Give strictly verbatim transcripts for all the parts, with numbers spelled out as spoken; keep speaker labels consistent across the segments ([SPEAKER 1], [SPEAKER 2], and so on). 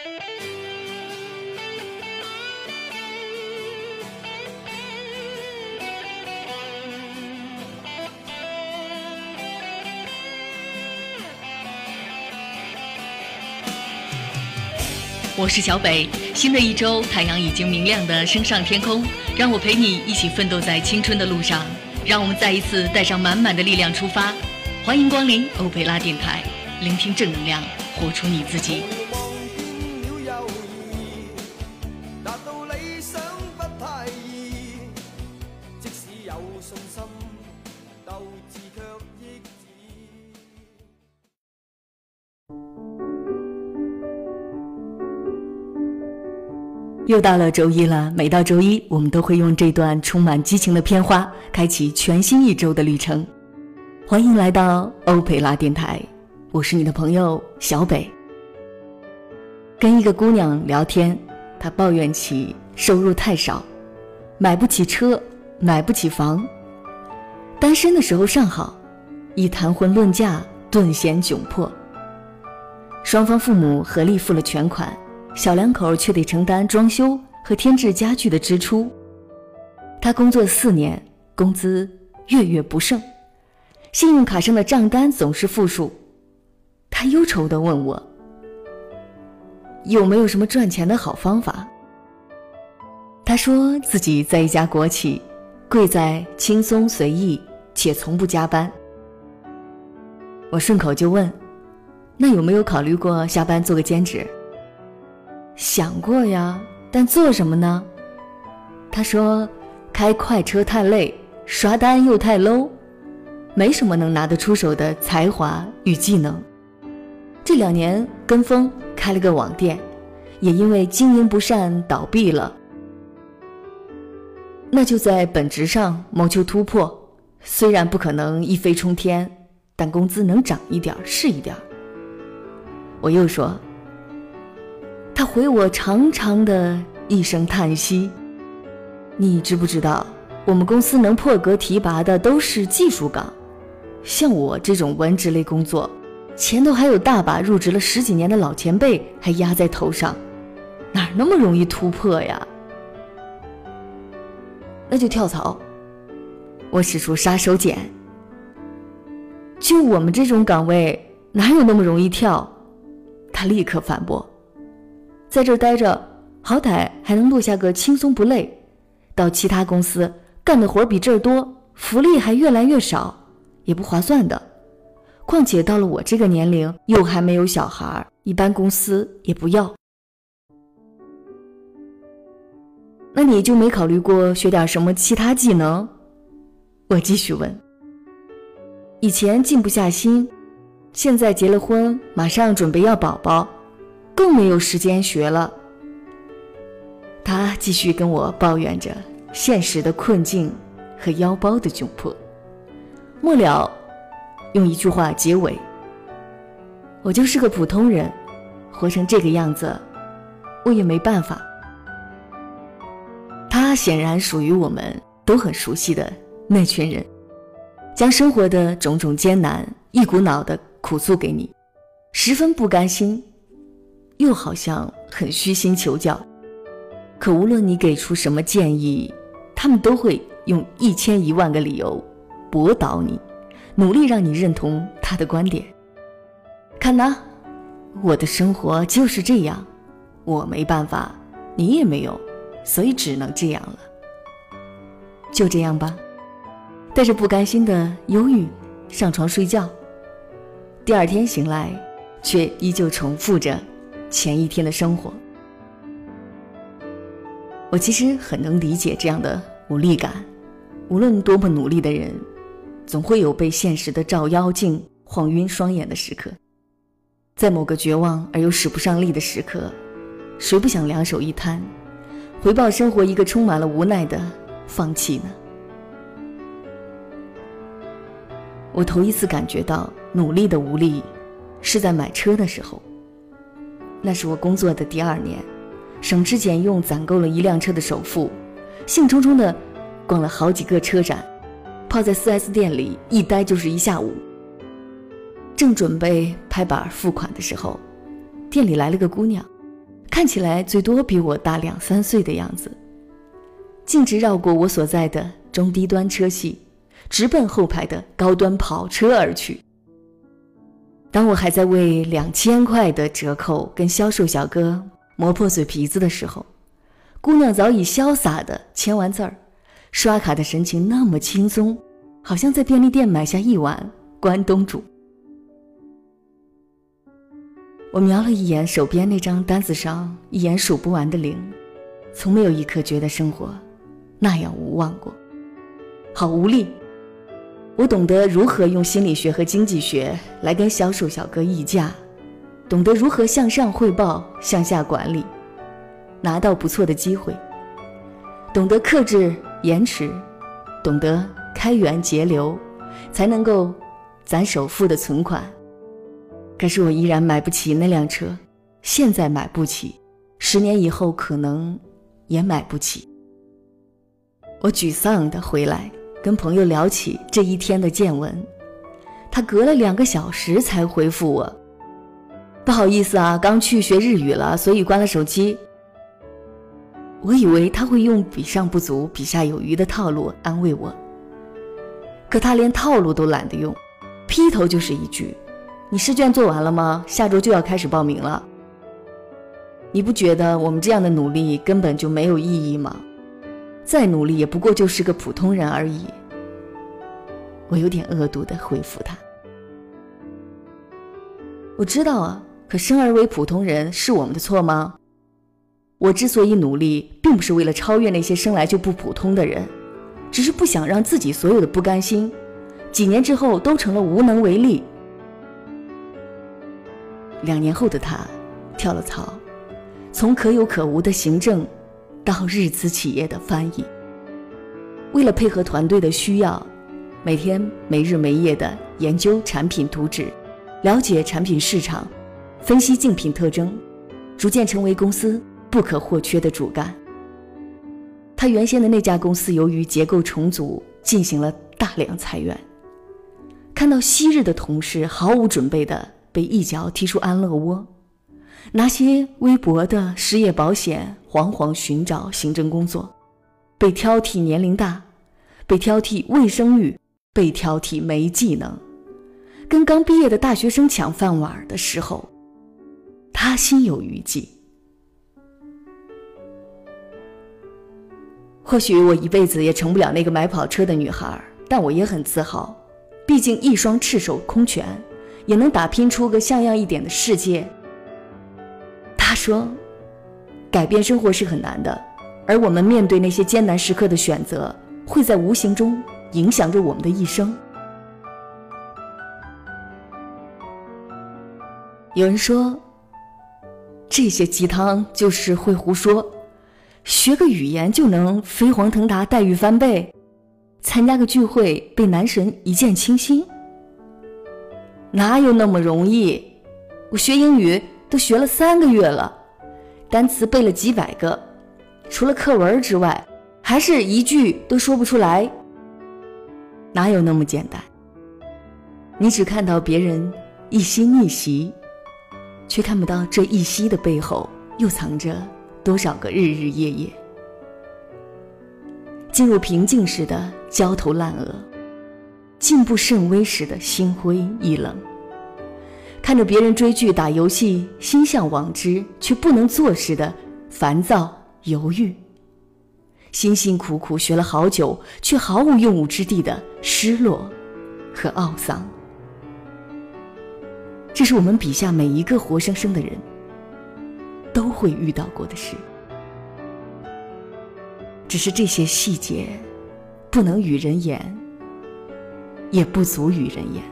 [SPEAKER 1] 我是小北，新的一周，太阳已经明亮地升上天空，让我陪你一起奋斗在青春的路上，让我们再一次带上满满的力量出发。欢迎光临欧佩拉电台，聆听正能量，活出你自己。又到了周一了，每到周一我们都会用这段充满激情的片花开启全新一周的旅程。欢迎来到欧佩拉电台，我是你的朋友小北。跟一个姑娘聊天，她抱怨起收入太少，买不起车，买不起房。单身的时候尚好，一谈婚论嫁顿显窘迫。双方父母合力付了全款，小两口却得承担装修和添置家具的支出。他工作四年，工资月月不剩，信用卡上的账单总是负数。他忧愁地问我，有没有什么赚钱的好方法？他说自己在一家国企，贵在轻松随意，且从不加班。我顺口就问，那有没有考虑过下班做个兼职？想过呀，但做什么呢？他说，开快车太累，刷单又太 low， 没什么能拿得出手的才华与技能。这两年跟风开了个网店，也因为经营不善倒闭了。那就在本职上谋求突破，虽然不可能一飞冲天，但工资能涨一点是一点。我又说，他回我长长的一声叹息，你知不知道，我们公司能破格提拔的都是技术岗，像我这种文职类工作，前头还有大把入职了十几年的老前辈还压在头上，哪那么容易突破呀？那就跳槽。我使出杀手锏，就我们这种岗位哪有那么容易跳？他立刻反驳，在这儿待着好歹还能落下个轻松不累，到其他公司干的活比这儿多，福利还越来越少，也不划算的。况且到了我这个年龄又还没有小孩，一般公司也不要。那你就没考虑过学点什么其他技能？我继续问。以前静不下心，现在结了婚，马上准备要宝宝，更没有时间学了。他继续跟我抱怨着现实的困境和腰包的窘迫，末了用一句话结尾，我就是个普通人，活成这个样子我也没办法。他显然属于我们都很熟悉的那群人，将生活的种种艰难一股脑的苦诉给你，十分不甘心，又好像很虚心求教。可无论你给出什么建议，他们都会用一千一万个理由驳倒你，努力让你认同他的观点。看呐，我的生活就是这样，我没办法，你也没有，所以只能这样了。就这样吧，带着不甘心的忧郁上床睡觉。第二天醒来，却依旧重复着前一天的生活。我其实很能理解这样的无力感，无论多么努力的人，总会有被现实的照妖镜晃晕双眼的时刻。在某个绝望而又使不上力的时刻，谁不想两手一摊，回报生活一个充满了无奈的放弃呢？我头一次感觉到努力的无力，是在买车的时候。那是我工作的第二年，省吃俭用攒够了一辆车的首付，兴冲冲地逛了好几个车展，泡在 四 S 店里一待就是一下午。正准备拍板付款的时候，店里来了个姑娘， 看起来最多比我大两三岁的样子，径直绕过我所在的中低端车系，直奔后排的高端跑车而去。当我还在为两千块的折扣跟销售小哥磨破嘴皮子的时候，姑娘早已潇洒地签完字儿，刷卡的神情那么轻松，好像在便利店买下一碗关东煮。我瞄了一眼手边那张单子上一眼数不完的零，从没有一刻觉得生活那样无望过，好无力。我懂得如何用心理学和经济学来跟销售小哥议价，懂得如何向上汇报，向下管理，拿到不错的机会，懂得克制延迟，懂得开源节流，才能够攒首付的存款。可是我依然买不起那辆车，现在买不起，十年以后可能也买不起。我沮丧地回来跟朋友聊起这一天的见闻，他隔了两个小时才回复我，不好意思啊，刚去学日语了，所以关了手机。我以为他会用比上不足比下有余的套路安慰我，可他连套路都懒得用，劈头就是一句，你试卷做完了吗？下周就要开始报名了。你不觉得我们这样的努力根本就没有意义吗？再努力也不过就是个普通人而已。我有点恶毒地回复他，我知道啊，可生而为普通人是我们的错吗？我之所以努力，并不是为了超越那些生来就不普通的人，只是不想让自己所有的不甘心，几年之后都成了无能为力。两年后的他跳了槽，从可有可无的行政到日资企业的翻译，为了配合团队的需要，每天没日没夜地研究产品图纸，了解产品市场，分析竞品特征，逐渐成为公司不可或缺的主干。他原先的那家公司由于结构重组进行了大量裁员，看到昔日的同事毫无准备地被一脚踢出安乐窝，拿些微薄的失业保险惶惶寻找行政工作，被挑剔年龄大，被挑剔未生育，被挑剔没技能，跟刚毕业的大学生抢饭碗的时候，他心有余悸。或许我一辈子也成不了那个买跑车的女孩，但我也很自豪，毕竟一双赤手空拳也能打拼出个像样一点的世界。他说，改变生活是很难的，而我们面对那些艰难时刻的选择，会在无形中影响着我们的一生。有人说，这些鸡汤就是会胡说，学个语言就能飞黄腾达，待遇翻倍，参加个聚会被男神一见倾心，哪有那么容易？我学英语都学了三个月了，单词背了几百个，除了课文之外，还是一句都说不出来。哪有那么简单？你只看到别人一夕逆袭，却看不到这一夕的背后又藏着多少个日日夜夜。进入平静时的焦头烂额，进步甚微时的心灰意冷，看着别人追剧打游戏心向往之却不能做时的烦躁犹豫，辛辛苦苦学了好久却毫无用武之地的失落和懊丧。这是我们笔下每一个活生生的人都会遇到过的事，只是这些细节不能与人言，也不足与人言。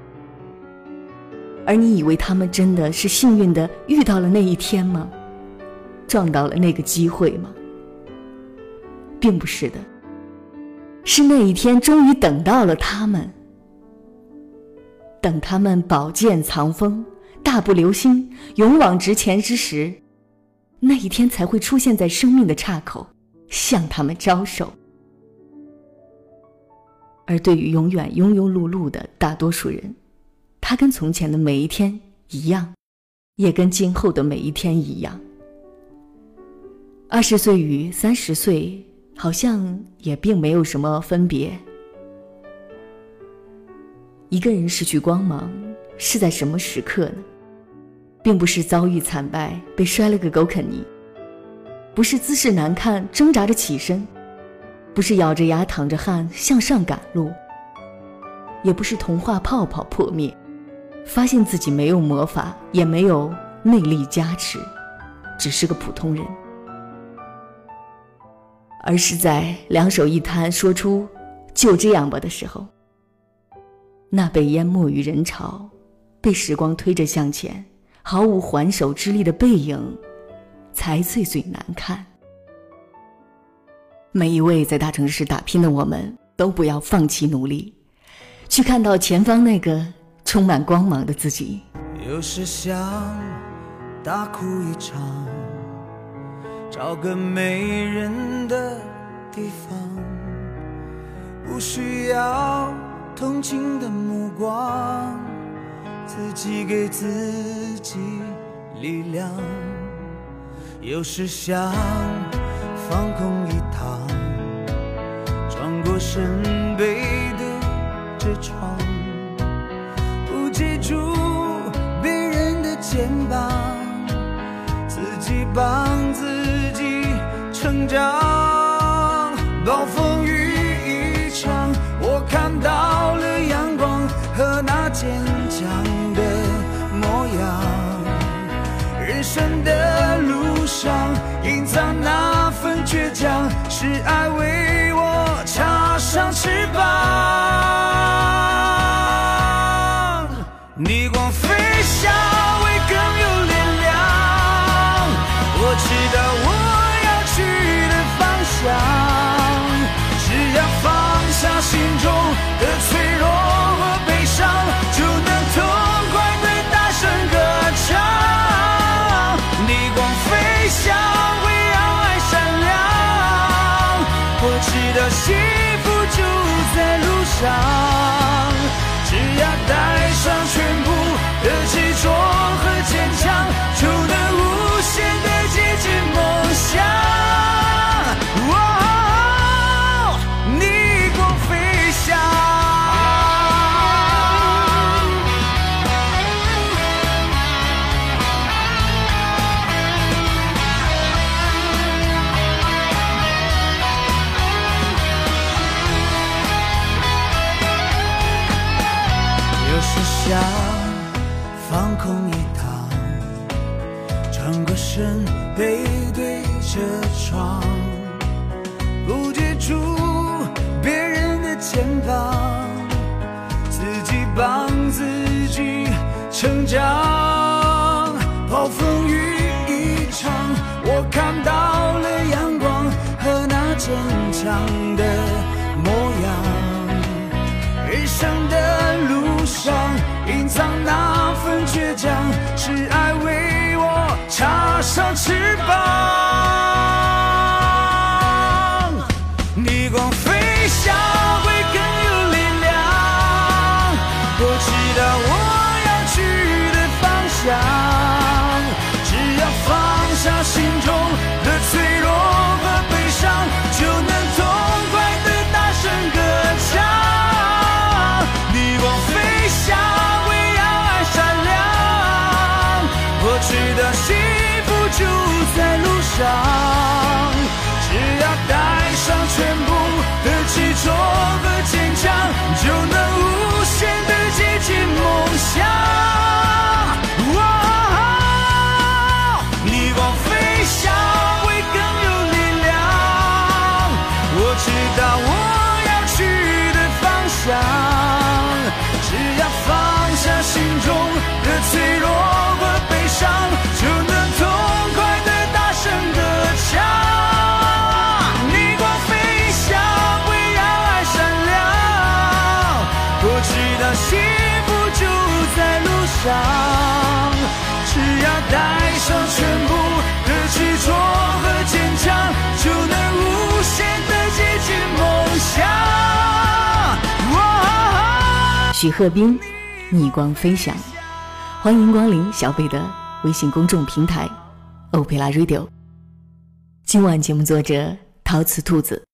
[SPEAKER 1] 而你以为他们真的是幸运的遇到了那一天吗？撞到了那个机会吗？并不是的，是那一天终于等到了他们，等他们宝剑藏锋，大步流星，勇往直前之时，那一天才会出现在生命的岔口，向他们招手。而对于永远庸庸碌碌的大多数人，他跟从前的每一天一样，也跟今后的每一天一样， 二十岁与三十岁好像也并没有什么分别。一个人失去光芒是在什么时刻呢？并不是遭遇惨败被摔了个狗啃泥，不是姿势难看挣扎着起身，不是咬着牙淌着汗向上赶路，也不是童话泡泡破灭，发现自己没有魔法，也没有内力加持，只是个普通人，而是在两手一摊说出就这样吧的时候，那被淹没于人潮，被时光推着向前，毫无还手之力的背影才最最难看。每一位在大城市打拼的我们，都不要放弃努力，去看到前方那个充满光芒的自己。
[SPEAKER 2] 有时想大哭一场，找个没人的地方，不需要同情的目光，自己给自己力量。有时想放空一趟，转过身背对着窗，不记住别人的肩膀，自己帮自己成长。暴风雨一场，我看到了阳光和那坚强的模样。人生的路上隐藏那份倔强，是爱为我插上翅膀。逆光飞翔会更有力量，我知道我要去的方向，只要放下心中的脆弱和悲伤，就能痛快地大声歌唱。逆光飞翔会让爱闪亮，我知道幸福就在路上，只要带上全部的执着和坚强，就能无限地接近梦想。哦，逆光飞翔。有时想放空一趟，转过身背对着窗，不接触别人的肩膀，自己帮自己成长。暴风雨一场，我看到了阳光和那坚强的模样。人生的路上隐藏那份倔强，是爱为我插上翅膀。逆光飞翔会更有力量，我知道我要去的方向，只要放下心中的脆弱和悲伤，就能痛快地大声歌唱。逆光飞翔会让爱闪亮，我知道幸福就在路上，只要带上全部的执着和坚强，就能无限地接近梦想。哦，逆光飞翔会更有力量，我知道我要去的方向，只要放下心中的脆弱和悲伤，就能痛快地大声歌唱。逆光飞翔会让爱闪亮，我知道幸福就在路上，只要带上全部的执着和坚强，就能无限地接近梦想。
[SPEAKER 1] 许鹤斌，逆光飞翔。欢迎光临小北的微信公众平台欧佩拉 Radio。 今晚节目作者陶瓷兔子。